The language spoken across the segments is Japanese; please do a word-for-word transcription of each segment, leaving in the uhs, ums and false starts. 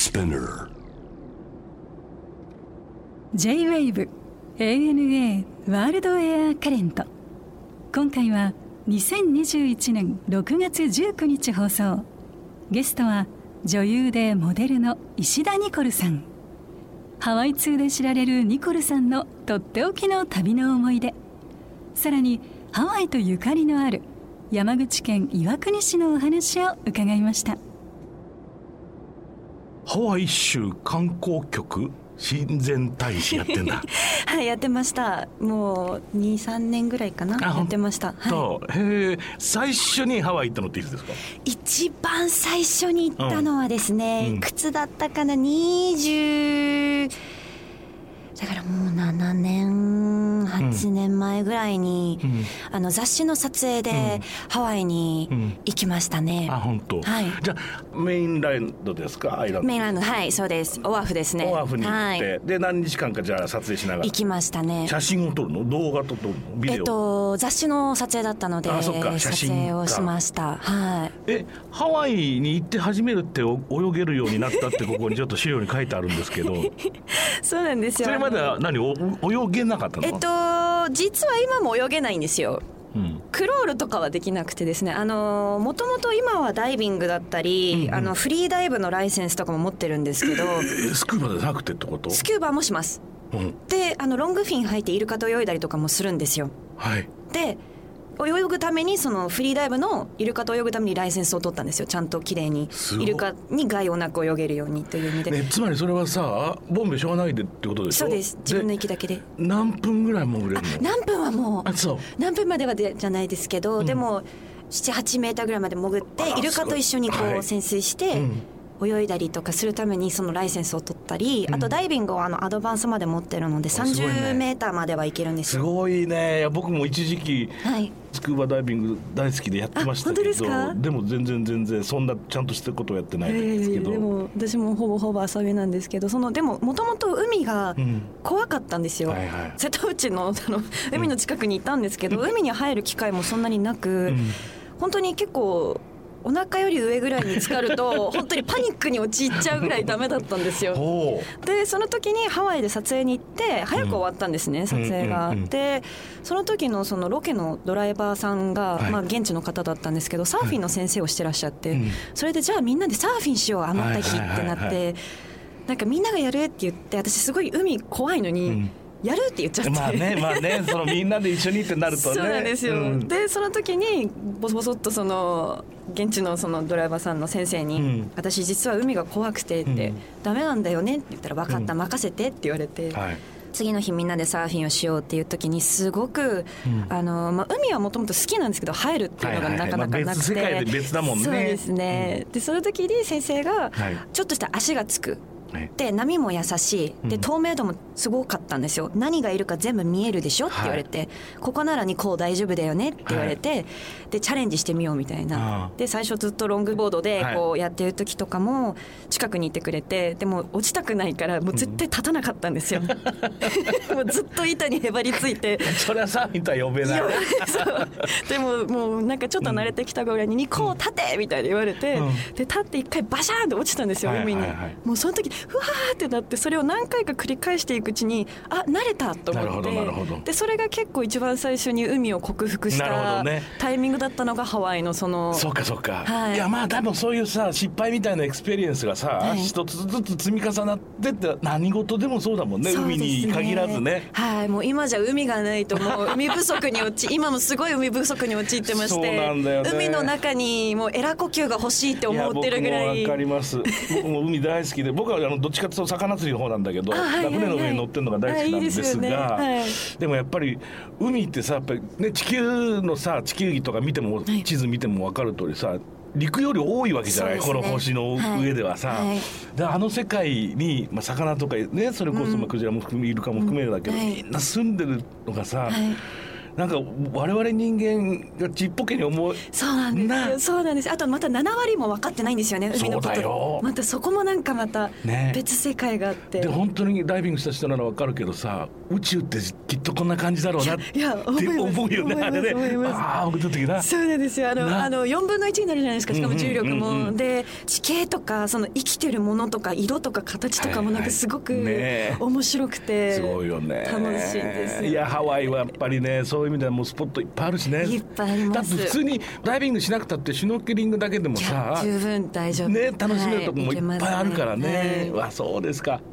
Spinner J-ウェーブ エーエヌエー ワールドエアカレント。今回はにせんにじゅういちねんろくがつじゅうくにち放送。ゲストは女優でモデルの石田ニコルさん。ハワイ通で知られるニコルさんのとっておきの旅の思い出、さらにハワイとゆかりのある山口県岩国市のお話を伺いました。 ハワイ州観光局親善大使やってんだはい、やってました。もうに、さんねんぐらいかな、やってました。 はい、へえ。最初にハワイ行ったのっていつですか？ 一番最初に行ったのはですね、うん、いくつだったかな、にじゅうだからもうななねんはちねんまえぐらいに、うん、あの雑誌の撮影でハワイに行きましたね、 うんうん、あ、本当。はい。じゃあメインランドですか？アイランド。 メインランド、はい、そうです。オアフですね。 オアフに行って、 はい、 で何日間かじゃあ撮影しながら行きましたね。 写真を撮るの？動画と撮るの？ビデオ？ えっと雑誌の撮影だったので、 あ、そっか、写真撮影をしました。はい。 え、ハワイに行って初めるって泳げるようになったってここにちょっと資料に書いてあるんですけどそうなんですよ。 それまでは何お泳げなかったの？ えっと実は今も泳げないんですよ、うん、クロールとかはできなくてですね、あのもともと今はダイビングだったり、うんうん、あのフリーダイブのライセンスとかも持ってるんですけど、えー、スクーバじゃなくてってこと？ スキューバもします、うん、であのロングフィン履いてイルカと泳いだりとかもするんですよ。 はい。 で泳ぐためにそのフリーダイブのイルカと泳ぐためにライセンスを取ったんですよ。ちゃんときれいにイルカに害をなく泳げるようにという意味で、 ね、つまりそれはさ、ボンベしょうがないでってことでしょ？ そうです。自分の息だけで。 何分ぐらい潜れるの？ 何分はもう、 あ、そう、 何分まではでじゃないですけど、うん、でもなな、はちメーターぐらいまで潜ってイルカと一緒にこう、はい、潜水して、うん泳いだりとかするためにそのライセンスを取ったり、うん、あとダイビングはあのアドバンスまで持ってるのでさんじゅうメーターまではいけるんですよ。 すごいね。いや僕も一時期、はい、スクーバダイビング大好きでやってましたけど、 本当ですか？ でも全然全然そんなちゃんとしたことをやってないんですけど、 えー、でも私もほぼほぼ遊びなんですけど、そのでももともと海が怖かったんですよ、うんはいはい、瀬戸内 の, あの海の近くにいたんですけど、うん、海に入る機会もそんなになく、うん、本当に結構お腹より上ぐらいに浸かると本当にパニックに陥っちゃうぐらいダメだったんですよでその時にハワイで撮影に行って早く終わったんですね、うん、撮影が、うんうんうん、でその時 の, そのロケのドライバーさんが、はいまあ、現地の方だったんですけどサーフィンの先生をしてらっしゃって、うん、それでじゃあみんなでサーフィンしよう余った日ってなって、はいはいはいはい、なんかみんながやるって言って、私すごい海怖いのに、うんやるって言っちゃって、 まあねまあねそのみんなで一緒にってなるとねそうなんですよ、うん、でその時にボソボソっとその現地 の, そのドライバーさんの先生に、うん、私実は海が怖くてって、うん、ダメなんだよねって言ったら分かった、うん、任せてって言われて、はい、次の日みんなでサーフィンをしようっていう時にすごく、うんあのまあ、海はもともと好きなんですけど入るっていうのがなかなかなくて、はいはいはいまあ、別世界で別だもんね。そうですね、うん、でその時に先生がちょっとした足がつく、で波も優しいで透明度もすごかったんですよ、うん、何がいるか全部見えるでしょって言われて、はい、ここならにこう大丈夫だよねって言われて、はい、でチャレンジしてみようみたいな。で最初ずっとロングボードでこうやってる時とかも近くにいてくれて、でも落ちたくないからもう絶対立たなかったんですよ、うん、もうずっと板にへばりついてそれはサーフィンとは呼べないそうでももうなんかちょっと慣れてきたぐらいににこう立てみたいに言われて、うん、で立って一回バシャーンって落ちたんですよ、海に、はいはいはい、もうその時ふわーってなって、それを何回か繰り返していくうちにあ慣れたと思って、でそれが結構一番最初に海を克服したタイミングだったのがハワイのそのそうかそうか、はい、いやまあ多分そういうさ失敗みたいなエクスペリエンスがさ、はい、一つずつ積み重なってって何事でもそうだもんね、海に限らずね。 はい、もう今じゃ海がないともう海不足に陥今もすごい海不足に陥ってましてそうなんだよ、ね、海の中にもうエラ呼吸が欲しいって思ってるぐらい。 いや僕も分かります僕も海大好きで僕はあのどっちかというと魚釣りの方なんだけど、はいはいはい、船の上に乗ってるのが大好きなんですが、いいですよね、はい、でもやっぱり海ってさやっぱり、ね、地球のさ地球儀とか見ても、はい、地図見ても分かる通りさ陸より多いわけじゃない、ね、この星の上ではさ、はいはい、であの世界に、まあ、魚とかねそれこそ、まあ、クジラも含めイルカも含めるだけど、うんはい、みんな住んでるのがさ、はいなんか我々人間がちっぽけに思う。 そうなんですよ。そうなんです。あとまたななわりも分かってないんですよね、海のこと。そうだよ。またそこもなんかまた別世界があって、 ね、で本当にダイビングした人なら分かるけどさ宇宙ってきっとこんな感じだろうなって思うよね。あれね、ああ送った時な。 そうなんですよ。あのあのよんぶんのいちになるじゃないですか。しかも重力も、うんうんうん、で地形とかその生きてるものとか色とか形とかもなんかすごく面白くて、はいはいね、 すごいよね。 楽しいです、ね。 いやハワイはやっぱりね、そういう意味ではもうスポットいっぱいあるしね。 いっぱいあります。 だって普通にダイビングしなくたってシュノーケリングだけでもさ、 十分大丈夫ね、楽しめるとこもいっぱいあるからね。はい、 ね、 わそうですか。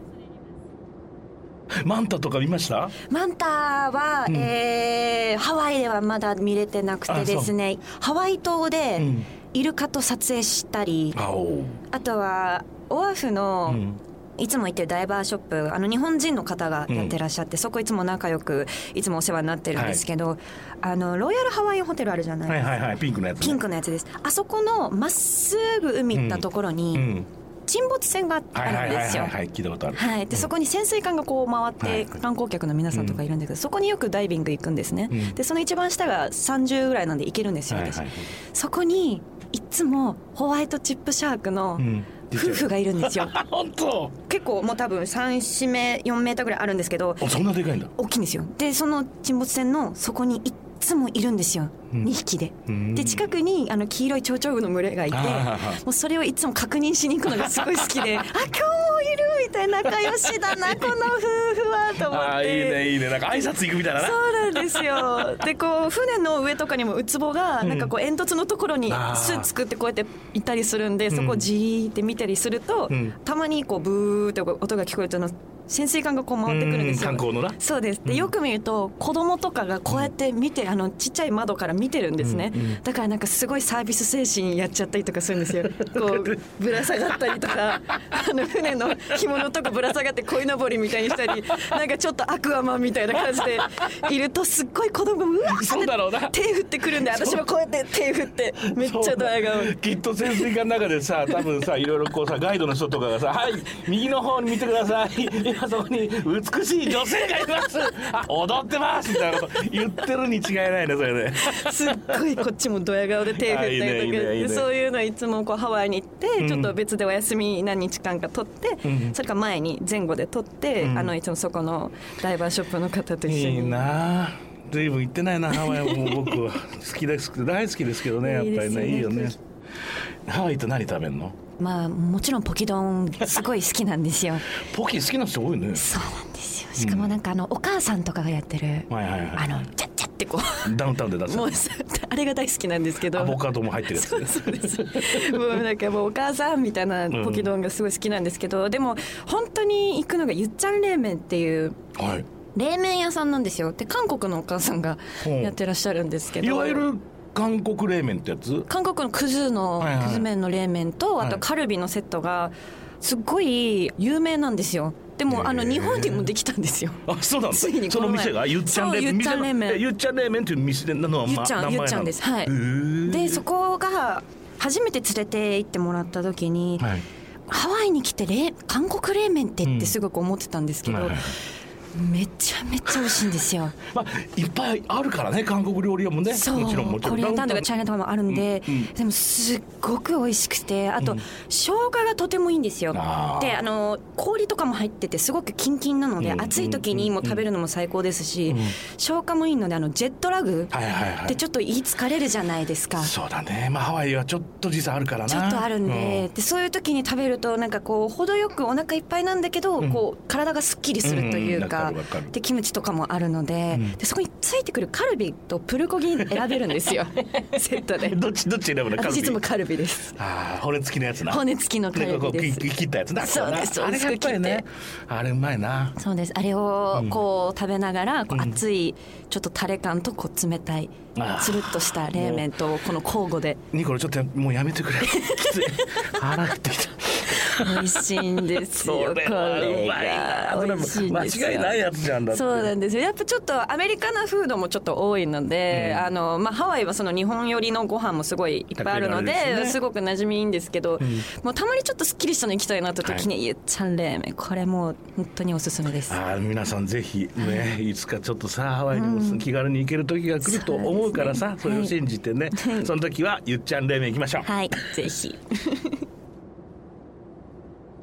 マンタとか見ました？ マンタは、うん、えー、ハワイではまだ見れてなくてですね、ハワイ島でイルカと撮影したり、うん、あとはオアフの、うん、いつも行ってるダイバーショップ、あの日本人の方がやってらっしゃって、うん、そこいつも仲良くいつもお世話になってるんですけど、はい、あのロイヤルハワイアンホテルあるじゃないですか、 はいはいはい、ピンクのやつ、ね、 ピンクのやつです。あそこのまっすぐ海行ったところに、うんうん、沈没船があるんですよ。 聞いたことある。 はい。で、うん、そこに潜水艦がこう回って観光客の皆さんとかいるんだけど、うん、そこによくダイビング行くんですね、うん、でその一番下がさんじゅうぐらいなんで行けるんですよ、私、はいはい、そこにいつもホワイトチップシャークの夫婦がいるんですよ、うん、 本当結構もう多分さん、よんメーターぐらいあるんですけど、 そんなでかいんだ。大きいんですよ。でその沈没船のそこにいつもいるんですよ、うん、にひきで。で近くにあの黄色い蝶々魚の群れがいて、もうそれをいつも確認しに行くのがすごい好きであ、今日もいるみたいな、仲良しだなこの夫婦はと思って。 あ、いいねいいね、なんか挨拶行くみたいな。 そうなんですよ。でこう船の上とかにもウツボがなんかこう煙突のところに巣作ってこうやっていたりするんで、そこをじーって見たりすると、うん、たまにこうブーって音が聞こえるの潜水艦がこう回ってくるんですよ。 観光のな。 そうです。でよく見ると子供とかがこうやって見て、あのちっちゃい窓から見てるんですね、うんうん、だからなんかすごいサービス精神やっちゃったりとかするんですよ。こうぶら下がったりとかあの船の紐のとこぶら下がって鯉のぼりみたいにしたり、なんかちょっとアクアマンみたいな感じでいるとすっごい子供がうわーって手振ってくるんで、私もこうやって手振ってめっちゃドヤ顔。 きっと潜水艦の中でさ、多分さいろいろこうさガイドの人とかがさ、はい右の方に見てください、今そこに美しい女性がいますあ踊ってますみたいなこと言ってるに違いないね、それね。 すっごいこっちもドヤ顔で手振ったりとか、いいねいいねいいね、そういうのいつもこうハワイに行って、うん、ちょっと別でお休み何日間か取って、うん、それから前に前後で取って、うん、あのいつもそこのダイバーショップの方と一緒に。 いいな、随分行ってないなハワイも。僕は好きです大好きですけどね、やっぱりね、いいよね。ハワイって何食べるの？ まあもちろんポキ丼すごい好きなんですよ。 ポキ好きな人多いね。 そうなんですよ。しかもなんかあの、うん、お母さんとかがやってる、はいはいはい、あのチャッチャってこうダウンタウンで出すもうあれが大好きなんですけど、 アボカドも入ってるやつ、ね、 そうそうです。もうなんかもうお母さんみたいなポキ丼がすごい好きなんですけど、うん、でも本当に行くのがゆっちゃん冷麺っていう、はい、冷麺屋さんなんですよ。で韓国のお母さんがやってらっしゃるんですけど、 いわゆる韓国冷麺ってやつ？韓国のくずの、はいはい、くず麺の冷麺と、あとカルビのセットがすっごい有名なんですよ。でもあの日本にもできたんですよ。 あ、そうなの？ついにこの店がゆっちゃん冷麺。ゆっちゃん冷麺。ゆっちゃん冷麺っていう店なのは、ま、 ゆっちゃんゆっちゃんです。はい。でそこが初めて連れて行ってもらった時に、はい、ハワイに来て冷韓国冷麺ってってすごく思ってたんですけど。うん、はいはい、めちゃめちゃ美味しいんですよ。 まあ、いっぱいあるからね、韓国料理屋もね。 そう、もちろんもちろんコリアンタウンとかチャイナタウンもあるんで、うんうん、でもすっごく美味しくて、あと、うん、生姜がとてもいいんですよ。であの氷とかも入っててすごくキンキンなので、うん、暑い時にも食べるのも最高ですし、うん、消化もいいので、あのジェットラグってちょっと言い疲れるじゃないですか。 そうだね、まあ、ハワイはちょっと時差あるからな。 ちょっとあるんで、うん、でそういう時に食べるとなんかこう程よくお腹いっぱいなんだけど、うん、こう体がすっきりするというか、うん、でキムチとかもあるので、うん、でそこについてくるカルビとプルコギ選べるんですよセットで。 どっちどっち選ぶの？カルビ。 私いつもカルビです。 ああ、骨付きのやつな。 骨付きのカルビです。 切ったやつだ。 そうです。 あれがやっぱりね、あれうまいな。 そうです。あれをこう食べながら、こう熱いちょっとタレ感とこう冷たいつるっとした冷麺とこの交互で。 ニコルちょっともうやめてくれ。きつい。腹減ってきた。 美味しいんですよ。これが美味しいんですよ。 間違いないやつじゃんだって。 そうなんですよ。やっぱちょっとアメリカなフードもちょっと多いので、うん、あのまあ、ハワイはその日本寄りのご飯もすごいいっぱいあるので、ね、すごく馴染みいいんですけど、うん、もうたまにちょっとすっきりしたの行きたいなって時に、はい、ゆっちゃん冷麺、これもう本当におすすめです。 あ、皆さんぜひね、はい、いつかちょっとさハワイにも気軽に行ける時が来ると思うからさ、うん、それを信じてね、はい、その時はゆっちゃん冷麺行きましょう。 はい、ぜひ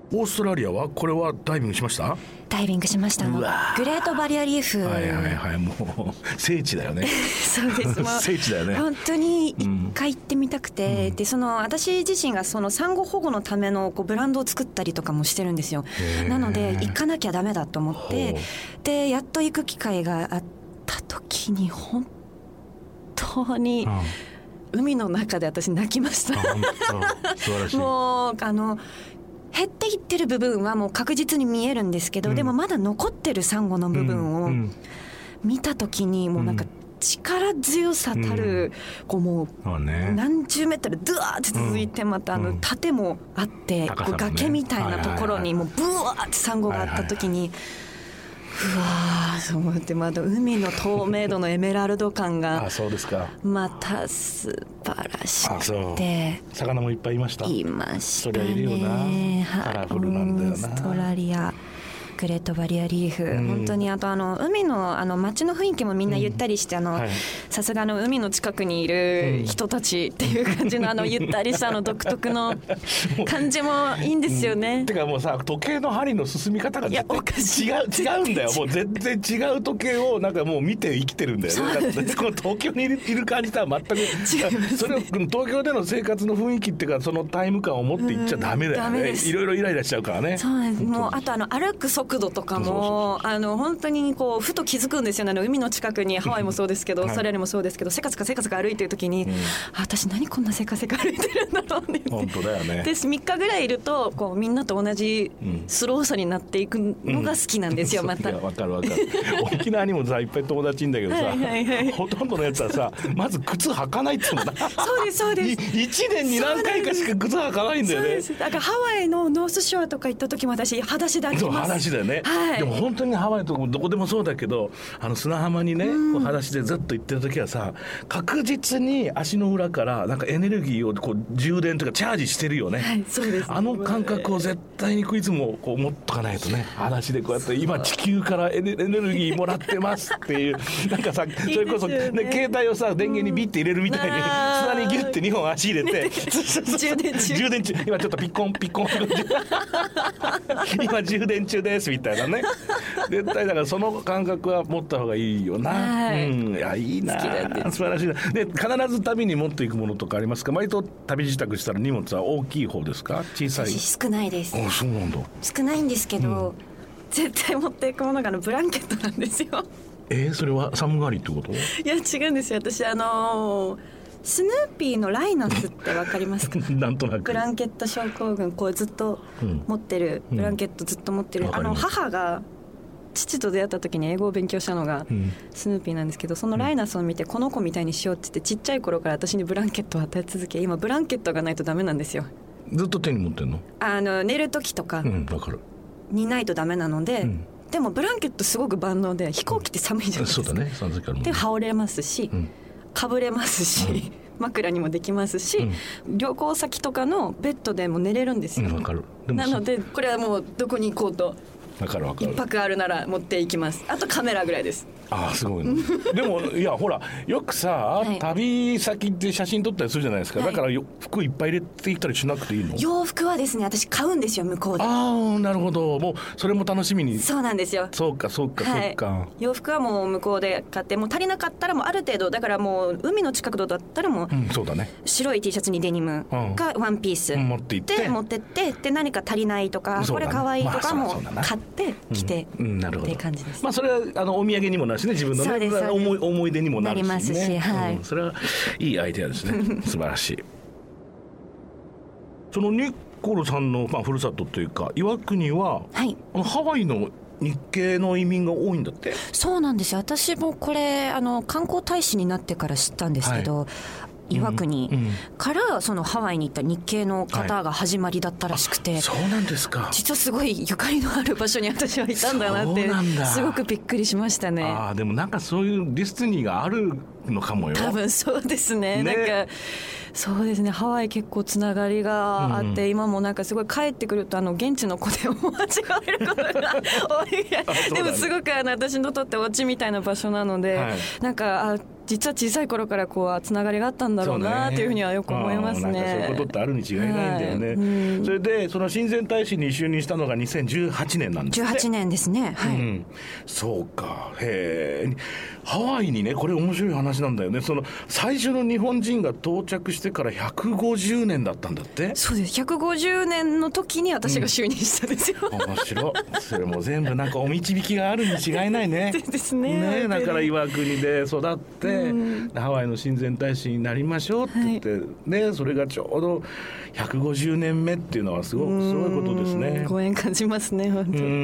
オーストラリアはこれはダイビングしました？ ダイビングしました。グレートバリアリーフ、 はいはいはい、もう聖地だよねそうですもう聖地だよね。 本当に一回行ってみたくて、うん、でその私自身がそのサンゴ保護のためのこうブランドを作ったりとかもしてるんですよ。なので行かなきゃダメだと思ってでやっと行く機会があった時に本当に、うん、海の中で私泣きました素晴らしい。 もうあの減っていってる部分はもう確実に見えるんですけど、うん、でもまだ残ってるサンゴの部分を見た時にもうなんか力強さたる、うん、こうもう何十メートルドゥワーって続いてまたあの盾もあってこう崖みたいなところにもうブワーってサンゴがあった時にうわーと思ってまた海の透明度のエメラルド感がまた素晴らしくて魚もいっぱいいました。 いましたね。 そりゃいるよな。カラフルなんだよな。 オーストラリアグレートバリアリーフ、うん、本当にあとあの海のあの街の雰囲気もみんなゆったりして、さすがの海の近くにいる人たちっていう感じのあのゆったりしたあの独特の感じもいいんですよね。 てかもうさ時計の針の進み方が絶対違う違うんだよ。もう全然違う時計をなんかもう見て生きてるんだよね。だってこの東京にいる、いる感じとは全く違います、ね、それを東京での生活の雰囲気っていうかそのタイム感を持っていっちゃダメだよね。いろいろイライラしちゃうからね。 そうです。もうあとあの歩く速度とかもそうそうそうあの本当にこうふと気づくんですよね。あの海の近くにハワイもそうですけど、オーストラリアもそうですけど、せかせかせかせか歩いてる時に、うん、あ私何こんなせかせか歩いてるんだろうねって。 本当だよね。 でみっかぐらいいるとこうみんなと同じスローさになっていくのが好きなんですよ、うん、また。 わかるわかる沖縄にもさいっぱい友達いんだけどさはいはい、はい、ほとんどのやつはさまず靴履かないって言うもんなそうですそうです。 いちねんに何回かしか靴履かないんだよね。 そうです。だからハワイのノースショアとか行った時も私裸足で歩きます。そう裸足だよね、 はい、 でも本当にハワイとかどこでもそうだけどあの砂浜にね、うん、こう裸足でずっと行ってる時はさ確実に足の裏からなんかエネルギーをこう充電とかチャージしてるよね、 はい、そうです。 あの感覚を絶対にいつもこう持っとかないとね。裸足でこうやって今地球からエネ、エネルギーもらってますっていうなんかさそれこそ、ねね、携帯をさ電源にビッて入れるみたいに、うん、砂にギュッてにほん足入れて充電中充電中今ちょっとピッコンピッコン今充電中ですみたいなね。絶対だからその感覚は持った方がいいよな、はい、うん、いやいいな素晴らしいな。で必ず旅に持っていくものとかありますか？割と旅支度したら荷物は大きい方ですか？小さい？ 少ないです。 あ、そうなんだ。 少ないんですけど、うん、絶対持っていくものがのブランケットなんですよ。 えー、それは寒がりってこと？いや違うんですよ。私あのースヌーピーのライナスって分かりますか？ なんとなくブランケット症候群こうずっと持ってる、うん、ブランケットずっと持ってる、うん、あの母が父と出会った時に英語を勉強したのがスヌーピーなんですけど、そのライナスを見てこの子みたいにしようって言ってちっちゃい頃から私にブランケットを与え続け、今ブランケットがないとダメなんですよ。 ずっと手に持ってんの？あの寝る時とかにないとダメなので、うん、でもブランケットすごく万能で飛行機って寒いじゃないですか、 うん、そうだね、その時からもで羽織れますし、うん、かぶれますし、うん枕にもできますし、うん、旅行先とかのベッドでも寝れるんですよ、 うん、分かる。 でもなのでこれはもうどこに行こうと分かる分かる一泊あるなら持っていきます。あとカメラぐらいです。 ああすごい、ね、でもいやほらよくさ、はい、旅先って写真撮ったりするじゃないですか、はい、だから服いっぱい入れていったりしなくていいの？ 洋服はですね私買うんですよ向こうで。 ああなるほど、もうそれも楽しみに。 そうなんですよ。 そうかそうか、はい、そうか。 洋服はもう向こうで買ってもう足りなかったらもうある程度だからもう海の近くだったらもう、うん、そうだね、白い T シャツにデニムがワンピース、うん、持って行って持ってってで何か足りないとか、ね、これ可愛いとかも買って着て、うんうん、なるほどっていう感じです。 まあそれはあのお土産にもなるしね、自分のね思い、思い出にもなるしね。 なりますし、はい、 うん、それはいいアイデアですね素晴らしい。そのニコルさんの、まあ、ふるさとというか岩国は、はい、あのハワイの日系の移民が多いんだって。 そうなんですよ。私もこれあの観光大使になってから知ったんですけど、はい、岩国からそのハワイに行った日系の方が始まりだったらしくて、はい、 そうなんですか。 実はすごいゆかりのある場所に私はいたんだなってすごくびっくりしましたね。 あでもなんかそういうディスティニーがあるのかもよ。 多分そうですね。ね、なんかそうですね、ハワイ結構つながりがあって、うん、今もなんかすごい帰ってくるとあの現地の子でも間違えることが多いでもすごくあの私にとってオチみたいな場所なので、はい、なんかあ実は小さい頃からこうつながりがあったんだろうなというふうにはよく思いますね。 なんかそういうことってあるに違いないんだよね、はい、うん、それでその親善大使に就任したのがにせんじゅうはちねんなんですね。 じゅうはちねんですね、はい、うん、 そうか。へえ。ハワイにね、これ面白い話なんだよね。その最初の日本人が到着してからひゃくごじゅうねんだったんだって。 そうです。ひゃくごじゅうねんの時に私が就任したんですよ、 うん、面白い。それも全部なんかお導きがあるに違いないねですね。 ね、だから岩国で育って、うん、ハワイの親善大使になりましょうって言って、はい、ね、それがちょうどひゃくごじゅうねんめっていうのはすごくすごいことですね。 ご縁感じますね、本当に。うん、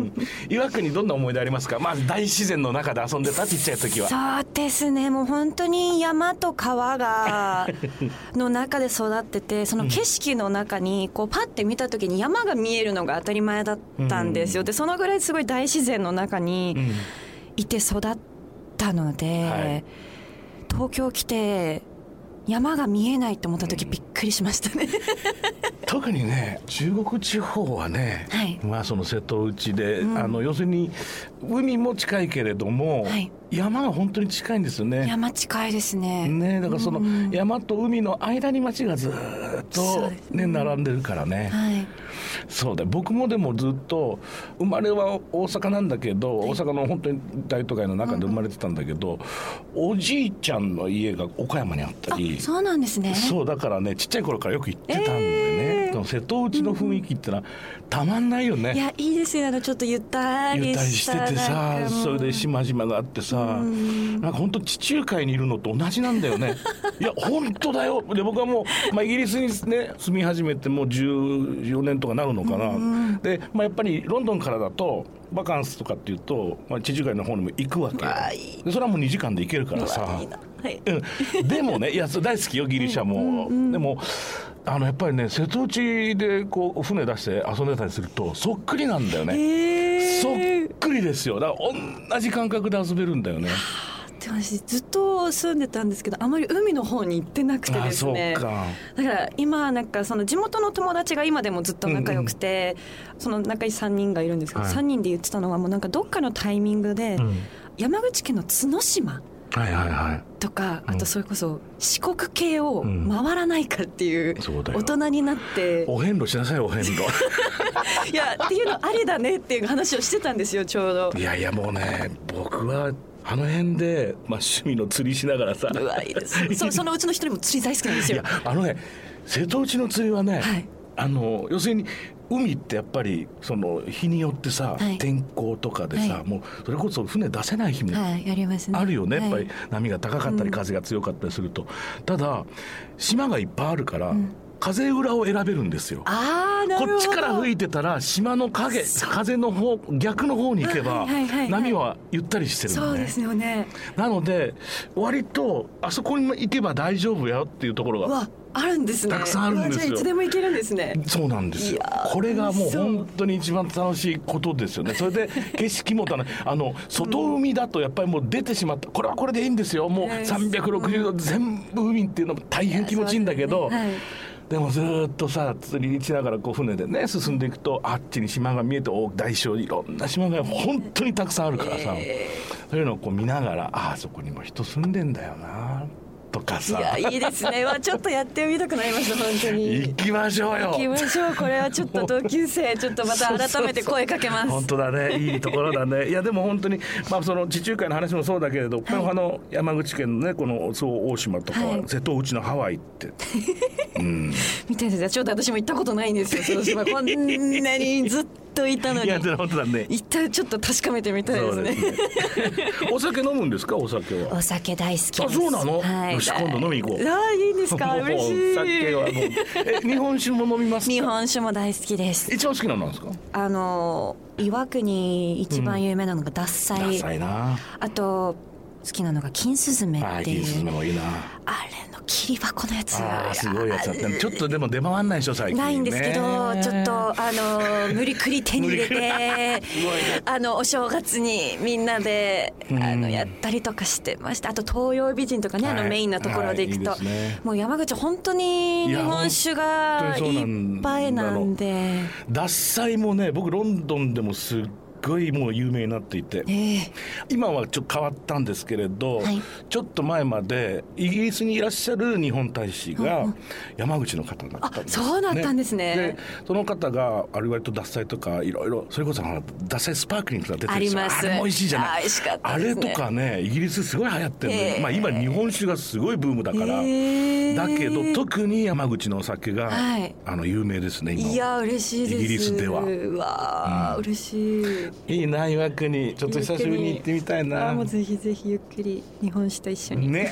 岩国どんな思い出ありますか？まあ大自然の中で遊んでたちっちゃい時は。 そうですね、もう本当に山と川がの中で育ってて、その景色の中にこうパッて見た時に山が見えるのが当たり前だったんですよ、うん、でそのぐらいすごい大自然の中にいて育ったので、うん、はい、東京来て山が見えないと思った時びっくりしましたね特にね、中国地方はね、はい、まあその瀬戸内で、うん、あの要するに海も近いけれども、はい、山が本当に近いんですよね。 山近いですね。 ね、だからその山と海の間に町がずっとね、並んでるからね。はい、そうだ。僕もでもずっと生まれは大阪なんだけど、はい、大阪の本当に大都会の中で生まれてたんだけど、うん、おじいちゃんの家が岡山にあったり。 そうなんですね。 そうだからね、ちっちゃい頃からよく行ってたんでね、えー、瀬戸内の雰囲気ってのはたまんないよね。 いや、いいですよ。あのちょっとゆったりしたゆったりしててさ、それで島々があってさ、なんか本当地中海にいるのと同じなんだよねいや本当だよ。で僕はもう、まあ、イギリスにね住み始めてもうじゅうよねんとかなるのかな。で、まあ、やっぱりロンドンからだとバカンスとかっていうと、まあ、地中海の方にも行くわけよ。でそれはもうにじかんで行けるからさ。いいな、はい、うん、でもね、いや大好きよギリシャも、うんうんうん、でもあのやっぱりね、瀬戸内でこう船出して遊んでたりするとそっくりなんだよね、えー、そっくりですよ。だから同じ感覚で遊べるんだよね。 私ずっと住んでたんですけど、あまり海の方に行ってなくてですね。あ、そうか。だから今なんかその地元の友達が今でもずっと仲良くて、うんうん、その仲いいさんにんがいるんですけど、はい、さんにんで言ってたのはもうなんかどっかのタイミングで、うん、山口県の角島はいはいはい、とか、あとそれこそ四国系を回らないかっていう、うん、大人になってお遍路しなさいお遍路いやっていうのありだねっていう話をしてたんですよちょうど。 いやいやもうね、僕はあの辺で、まあ、趣味の釣りしながらさ、 うわいいですそ, そのうちの一人も釣り大好きなんですよ。いやあのね、瀬戸内の釣りはね、はい、あの要するに海ってやっぱりその日によってさ、はい、天候とかでさ、はい、もうそれこそ船出せない日もあるよね、はい、やっぱり波が高かったり風が強かったりすると、うん、ただ島がいっぱいあるから、うん、風裏を選べるんですよ。 あー、なるほど。 こっちから吹いてたら島の影風の方逆の方に行けば、はいはいはいはい、波はゆったりしてるのね。 そうですよね。 なので割とあそこに行けば大丈夫よっていうところがあるんですね。 たくさんあるんですよ。 じゃあいつでも行けるんですね。 そうなんですよ。これがもう本当に一番楽しいことですよね。それで景色も楽しい。あの外海だとやっぱりもう出てしまった、これはこれでいいんですよ。もうさんびゃくろくじゅうど全部海っていうのも大変気持ちいいんだけど、はい、でもずっとさ釣りしながらこう船でね進んでいくと、あっちに島が見えて、お大小いろんな島が本当にたくさんあるからさ、そういうのをこう見ながら、ああそこにも人住んでんだよなとかさ。 いやいいですね。ちょっとやってみたくなりました本当に。 行きましょうよ。 行きましょう。これはちょっと同級生ちょっとまた改めて声かけます。 そうそうそう、本当だね、いいところだね。いやでも本当に、まあ、その地中海の話もそうだけれど、はい、あの山口県のねこの周防大島とか、はい、瀬戸内のハワイってうん、 みたいです。ちょっと私も行ったことないんですよその島。こんなにずっといたのに。いや本当だね。 行ったらちょっと確かめてみたいですね。ですねお酒飲むんですか？お酒は。 お酒大好きです。 あ、そうなの？ はい、 よし今度飲み行こう。 あ、いいんですか？嬉しい。 お酒はもうえ日本酒も飲みますか？ 日本酒も大好きです。 一番好きなのなんですか？あの岩国一番有名なのが獺祭、うん、獺祭な。 あと好きなのが金スズメっていう。 金スズメもいいな。 あれの切り箱のやつ。 あすごいやつだった。ちょっとでも出回んないでしょ最近、ね。 ないんですけど、ちょっとあの無理くり手に入れてあのお正月にみんなであのやったりとかしてました。あと東洋美人とかね、はい、あのメインなところで行くと、はいいいね、もう山口本当に日本酒がいっぱいなんで。 獺祭もね、僕ロンドンでもすっごいもう有名になっていて、えー、今はちょっと変わったんですけれど、はい、ちょっと前までイギリスにいらっしゃる日本大使が山口の方だったんですね。 あ、そうだったんですね。 でその方があれ割と獺祭とかいろいろ、それこそ獺祭スパークリングが出てるんですよ。 あ, あれも美味しいじゃない。 あ, ね、あれとかね、イギリスすごい流行ってるんで、えーまあ、今日本酒がすごいブームだから、えー、だけど特に山口のお酒が、はい、あの有名ですね今。 いや嬉しいです。 イギリスでは。 うわ、うん、嬉しい。 いいな、岩国ちょっと久しぶりに行ってみたいな。 あ、もうぜひぜひゆっくり日本酒と一緒にね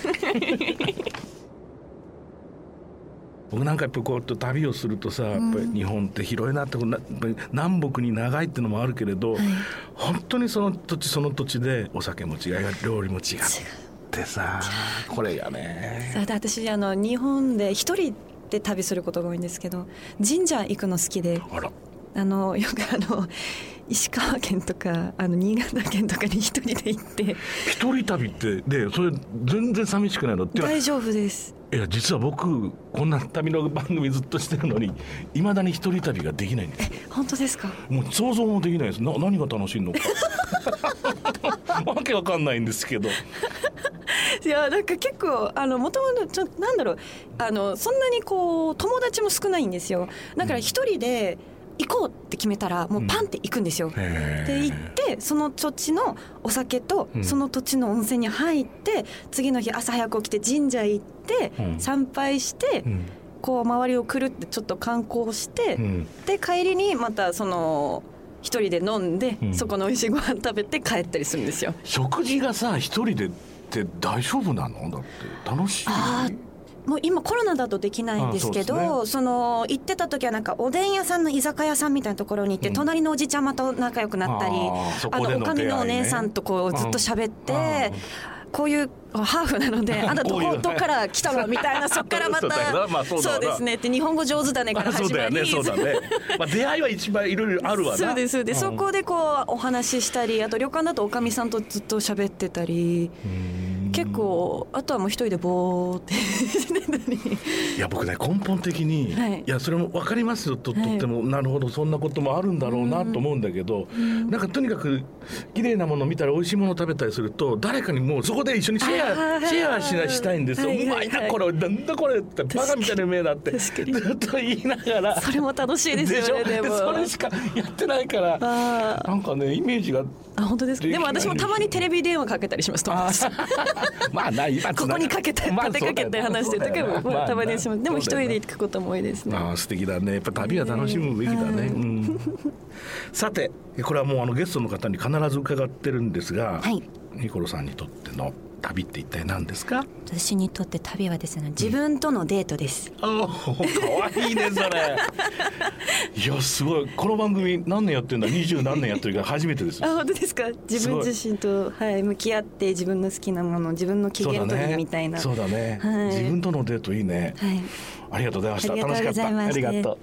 僕なんかやっぱこうやって旅をするとさ、やっぱり日本って広いなって、南北に長いってのもあるけれど、はい、本当にその土地その土地でお酒も違い、料理も違ってさ、これがね。 さあ、私あの日本で一人で旅することが多いんですけど、神社行くの好きで、 あら、 あのよくあの石川県とかあの新潟県とかに一人で行って。 一人旅ってでそれ全然寂しくないのって。 大丈夫です。 いや実は僕こんな旅の番組ずっとしてるのにいまだに一人旅ができないんです。 え、本当ですか？ もう想像もできないです。な何が楽しいのかわけわかんないんですけどいやなんか結構あの元々ちょなんだろうあのそんなにこう友達も少ないんですよ。だから一人で行こうって決めたらもうパンって行くんですよ、うん、で行ってその土地のお酒とその土地の温泉に入って、うん、次の日朝早く起きて神社行って、うん、参拝して、うん、こう周りをくるってちょっと観光して、うん、で帰りにまたその一人で飲んで、うん、そこの美味しいご飯食べて帰ったりするんですよ。 食事がさ一人でって大丈夫なの？だって楽しい。 あもう今コロナだとできないんですけど、 そ, ね、その行ってた時はなんかおでん屋さんの居酒屋さんみたいなところに行って、うん、隣のおじちゃまと仲良くなったり、あ, あのおかみのお姉さんとこうずっと喋って、うん、こういうハーフなのであんたどこどっから来たのみたいなそっからまたまあ、そう, そうですねって日本語上手だねから始まり、 そうだよねそうだね、まあ、出会いは一番いろいろあるわな。 そうですで、うん、そこでこうお話ししたり、あと旅館だとおかみさんとずっと喋ってたり、結構あとはもう一人でボーってしてたり。 いや僕ね根本的に、はい、いやそれも分かりますよ と, とっても、はい、なるほどそんなこともあるんだろうなと思うんだけど、うん、なんかとにかく綺麗なものを見たり美味しいものを食べたりすると誰かにもうそこで一緒にシェアシェアしなしたいんですよ、はいはいはい、うまいなこれなんだこれってバカみたいなうめえだってずっと言いながら。 それも楽しいですよね。でもそれしかやってないからなんかねイメージが。 あ本当ですか。でも私もたまにテレビ電話かけたりしますとまあな今ここにかけて立てかけて話してる時も、まあ、たまにします。でも一人で行くことも多いですね。 あ素敵だね。やっぱ旅は楽しむべきだね、うん、さてこれはもうあのゲストの方に必ず伺ってるんですが、はい、ニコロさんにとっての旅って一体何ですか？ 私にとって旅はですね、自分とのデートです、 うん、あかわいいねそれいやすごい。この番組何年やってんだ？二十何年やってるから初めてですあ本当ですか？自分自身と、はい、向き合って自分の好きなもの自分の機嫌取りみたいな。 そうだね、そうだね、はい、自分とのデートいいね、はい、ありがとうございました。楽しかった。ありがとう。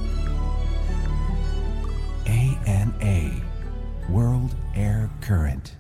エーエヌエー World Air Current